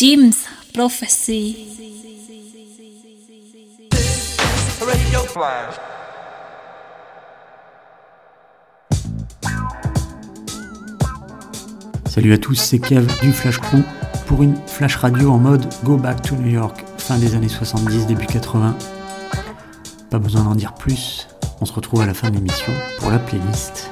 Jim's Prophecy. Radio Flash. Salut à tous, c'est Kev du Flash Crew pour une Flash Radio en mode Go Back to New York, fin des années 70, début 80. Pas besoin d'en dire plus, on se retrouve à la fin de l'émission pour la playlist.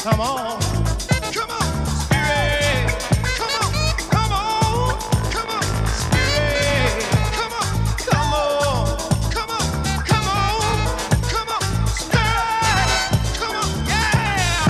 come on. Come on, spirit. Come on, come on. Come on, spirit. Come on, come on. Come on, come on. Come on, spirit. Come on, yeah.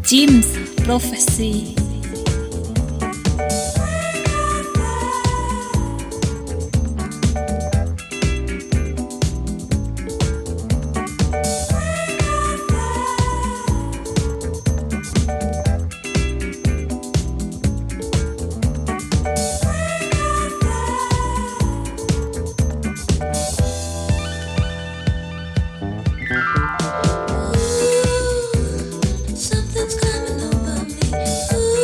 Jim's Prophecy. Something's coming over me. Ooh.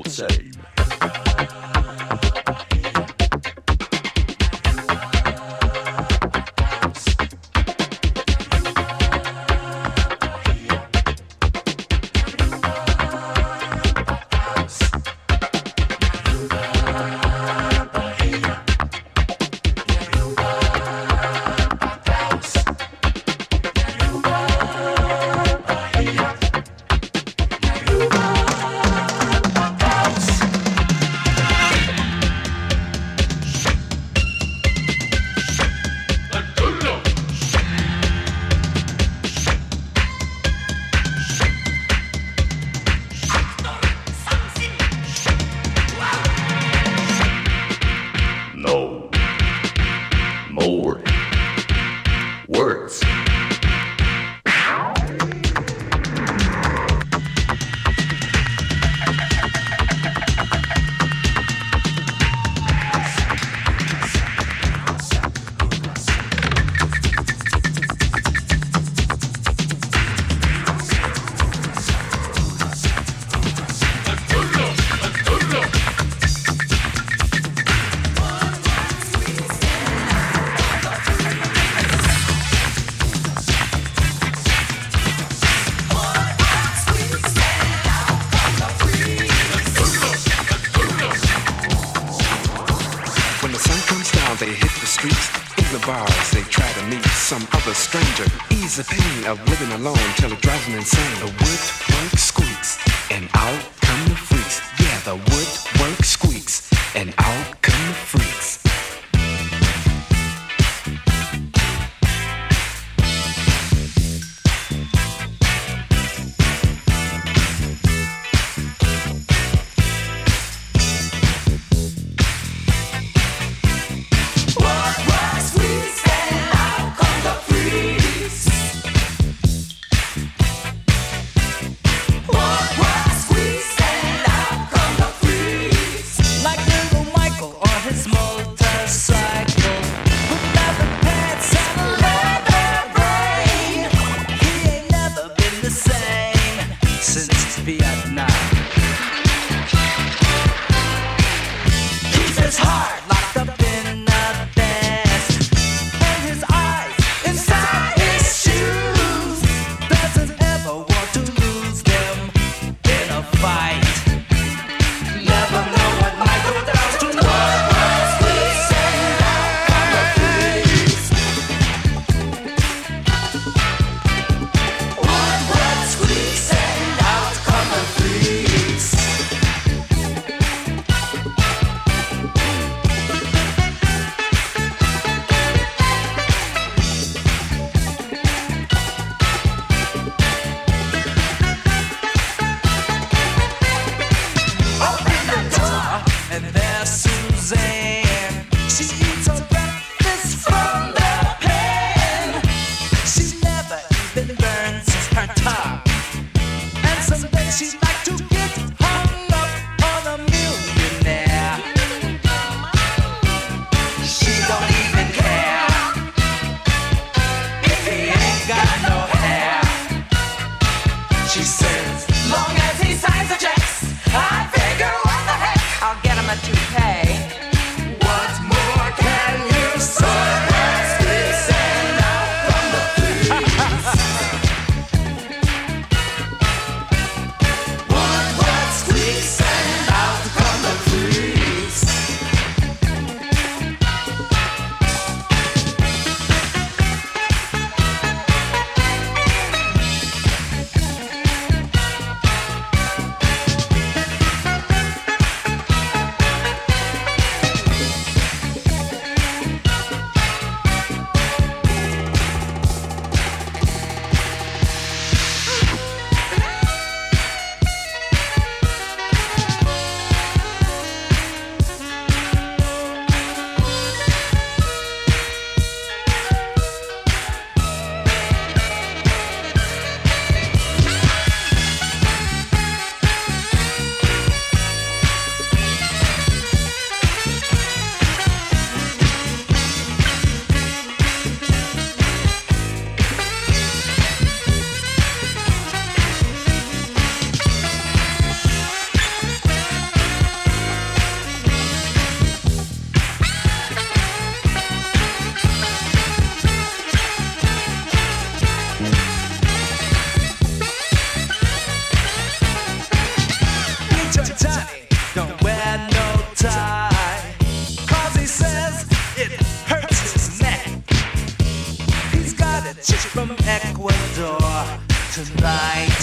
same. Stranger, ease the pain of living alone till it drives me insane. The woodwork squeaks, and out come the freaks. Yeah, the woodwork squeaks, and out come the freaks. To pay Johnny don't wear no tie, 'cause he says it hurts his neck. He's got a chick from Ecuador tonight.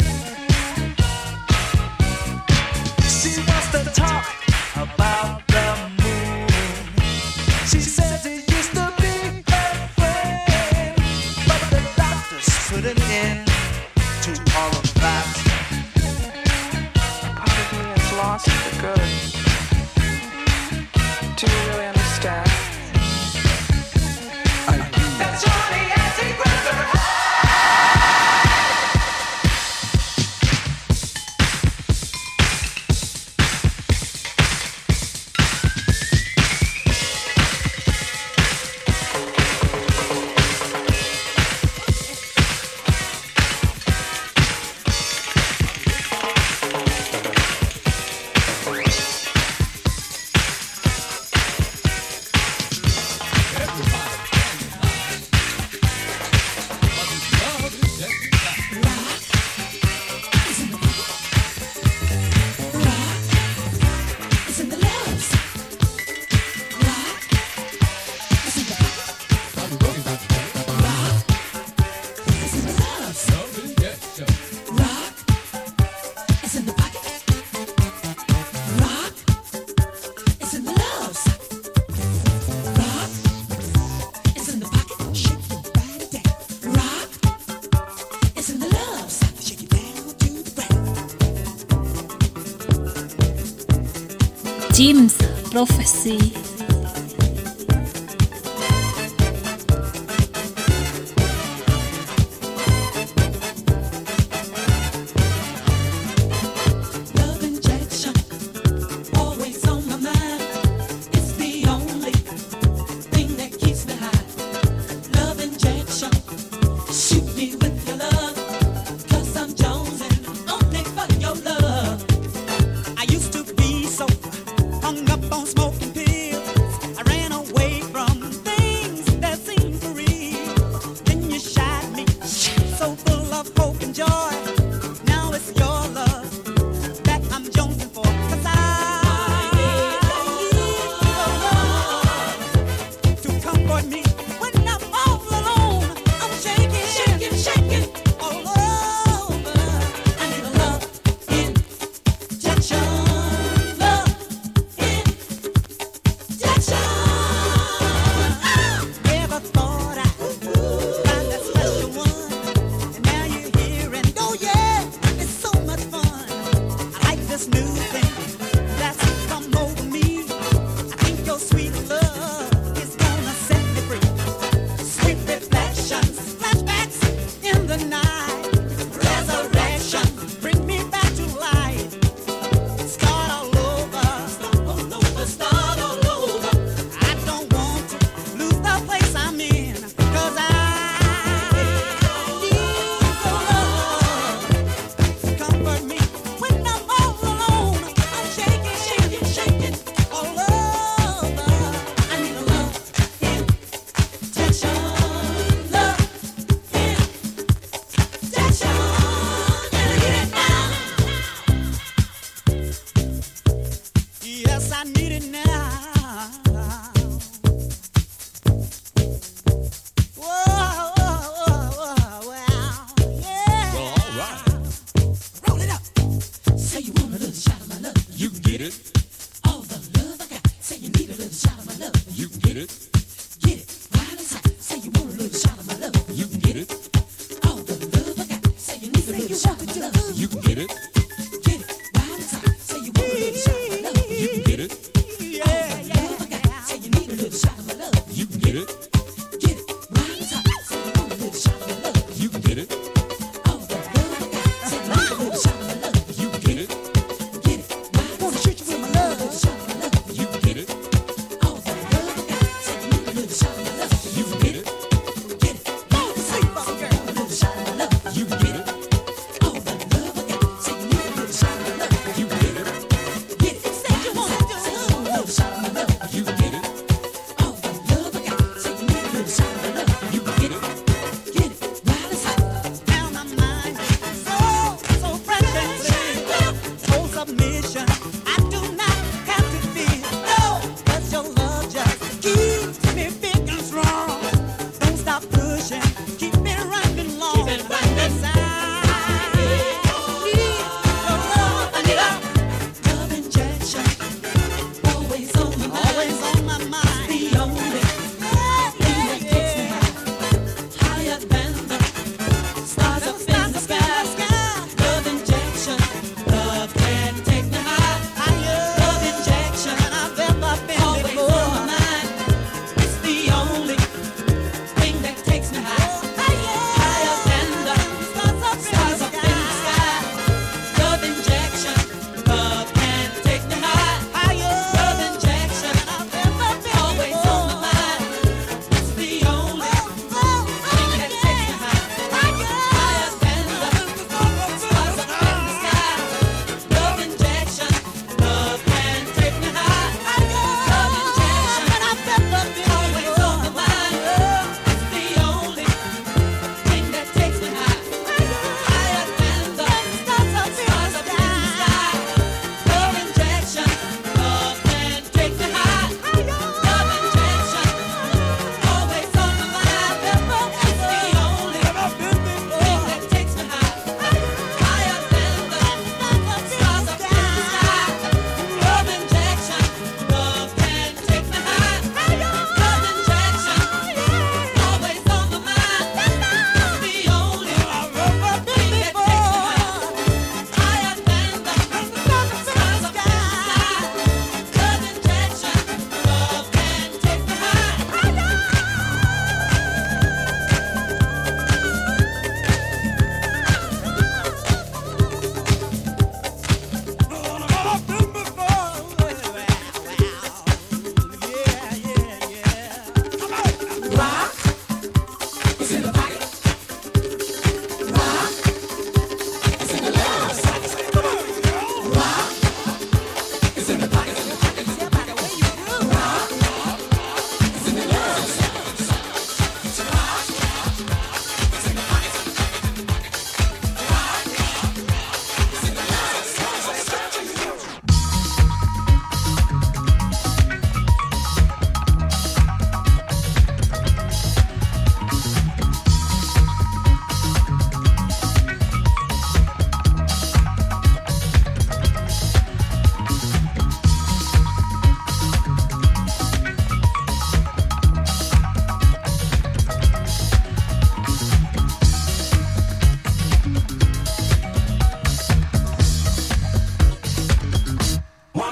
She wants to talk about the moon. She says he used to be her friend, but the doctors put an end to all of that. Part of me is lost for good. Do you really understand? That's Johnny as he grabs her hand. Jim's Prophecy. Love injection, always on my mind. It's the only thing that keeps me high. Love injection, shoot me with your love, 'cause I'm jonesing only for your love. I used to be so hung up on smoking pills. I ran away from things that seemed for real. Then you shot me, so full of hope and joy. Now it's your love that I'm jonesing for, 'cause I need your love to comfort me when I'm all alone. I'm shaking, shaking, shaking all over. I need a love injection, love injection. Never thought I'd find that special one, and now you're here, and oh yeah, it's so much fun. I like this new thing that's come over me. I think your sweet love is gonna set me free. Sweet reflections, flashbacks in the night, resurrection, bring me back to life. Start all over, start all over. I don't want to lose the place I'm in, 'cause I need your love. Comfort me when I'm all alone. I'm shaking, shaking, shaking all over. I need a love injection, love injection. Can I get it now? Yes, I need it now. Whoa, yeah. Well, all right. Roll it up. Say you want a little shot of my love. You can get it, All the love I got. Say you need a little shot of my love. you can get it, Get it right inside. Say you want a little shot of my love. you can get it, All the love I got. Say you need a little shot of my love. you can get it, Get it right inside. Say you want a little shot of my love. you can get it, All the love I got. Say you need a little shot of my love. you can get it, Get it right inside. Say you want a little shot of my love. you can get it, All the love I got. Say you need a little shot of my love. you can get it, Get it right inside. Wanna treat you with my love. Little shot of my love. you can get it, All the love I got. Say you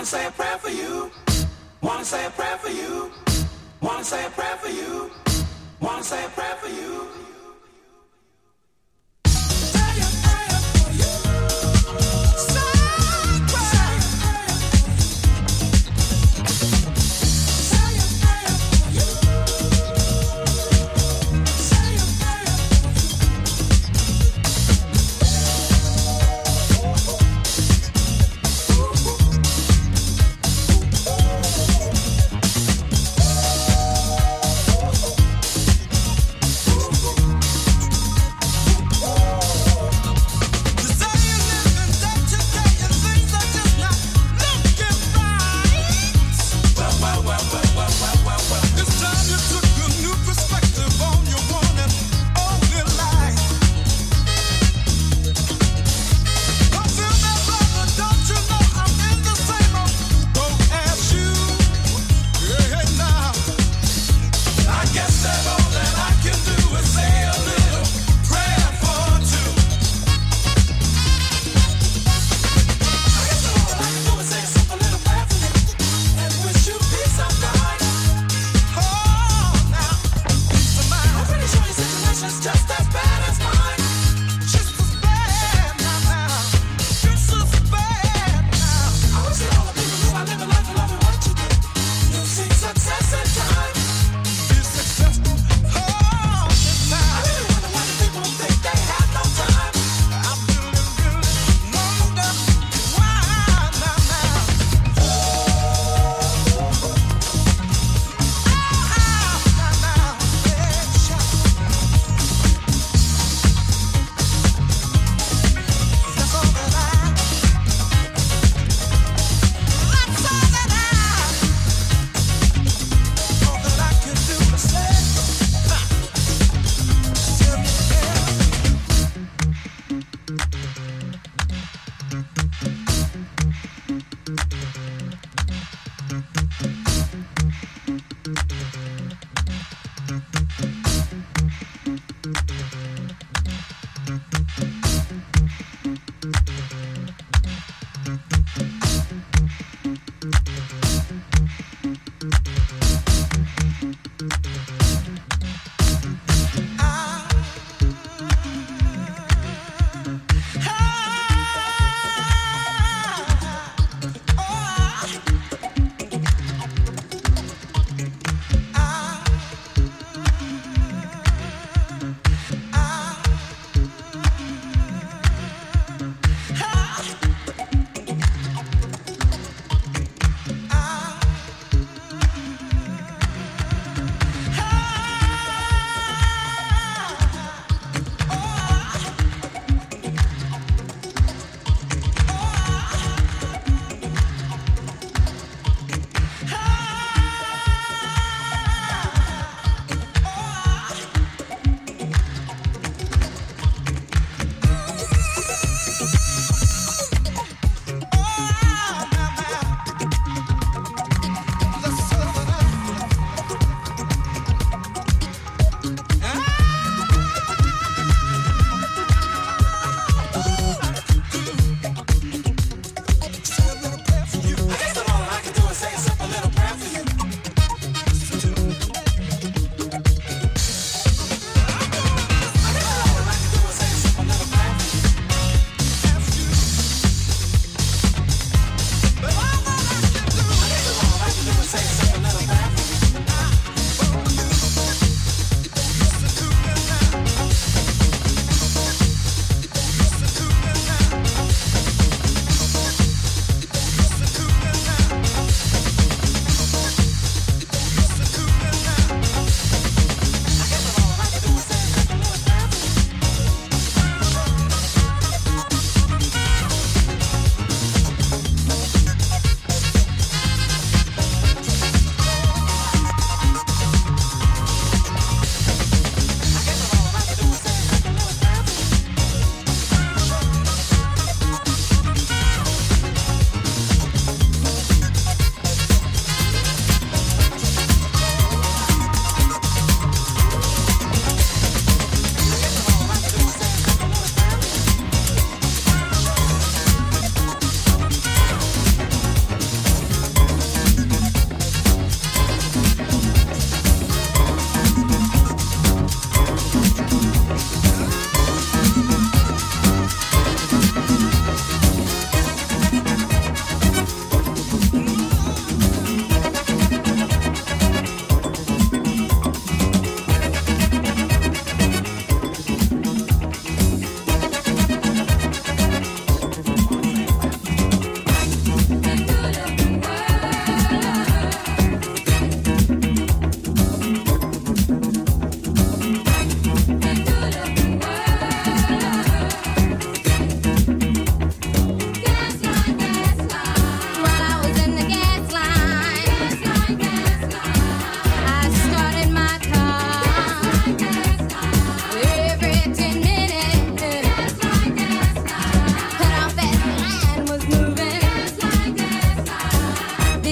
Wanna say a prayer for you. Wanna say a prayer for you. Wanna say a prayer for you. Wanna say a prayer for you.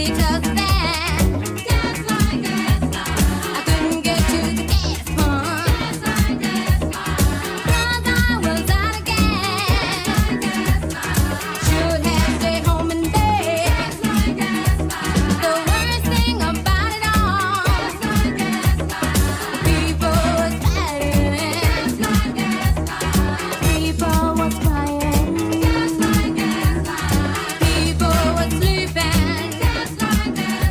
People were sleeping.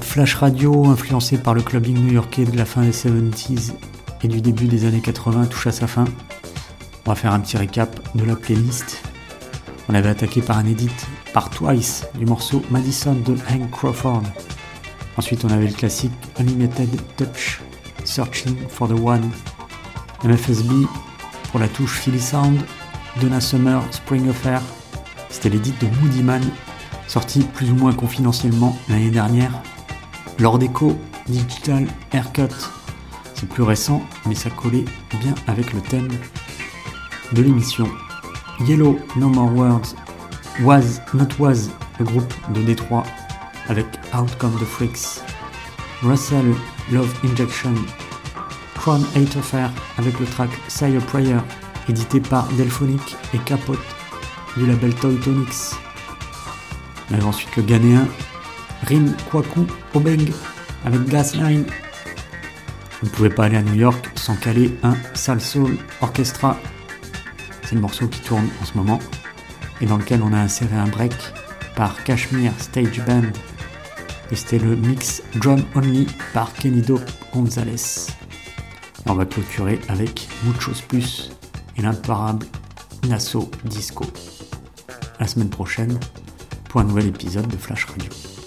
Flash Radio, influencé par le clubbing new-yorkais de la fin des 70s et du début des années 80, touche à sa fin. On va faire un petit récap de la playlist. On avait attaqué par un edit par Twice du morceau Madison de Hank Crawford. Ensuite on avait le classique Unlimited Touch, Searching for the One. MFSB pour la touche Philly Sound, Donna Summer, Spring Affair. C'était l'édit de Moody Man, sorti plus ou moins confidentiellement l'année dernière. Lord Echo, Digital Haircut. C'est plus récent, mais ça collait bien avec le thème de l'émission. Yellow, No More Words, Was Not Was, le groupe de Détroit, avec Outcome the Freaks. Russell, Love Injection. Crown 8 Affair, avec le track Say a Prayer, édité par Delphonic et Capote, du label Toy Tonics. On avait ensuite le Ghanéen Rin Kwaku Obeng, avec Gasline. On ne pouvait pas aller à New York sans caler un Salsoul Orchestra. C'est le morceau qui tourne en ce moment et dans lequel on a inséré un break par Kashmir Stage Band. Et c'était le mix Drum Only par Kenido Gonzalez. Et on va clôturer avec Muchos Plus et l'imparable Nassau Disco. À la semaine prochaine pour un nouvel épisode de Flash Radio.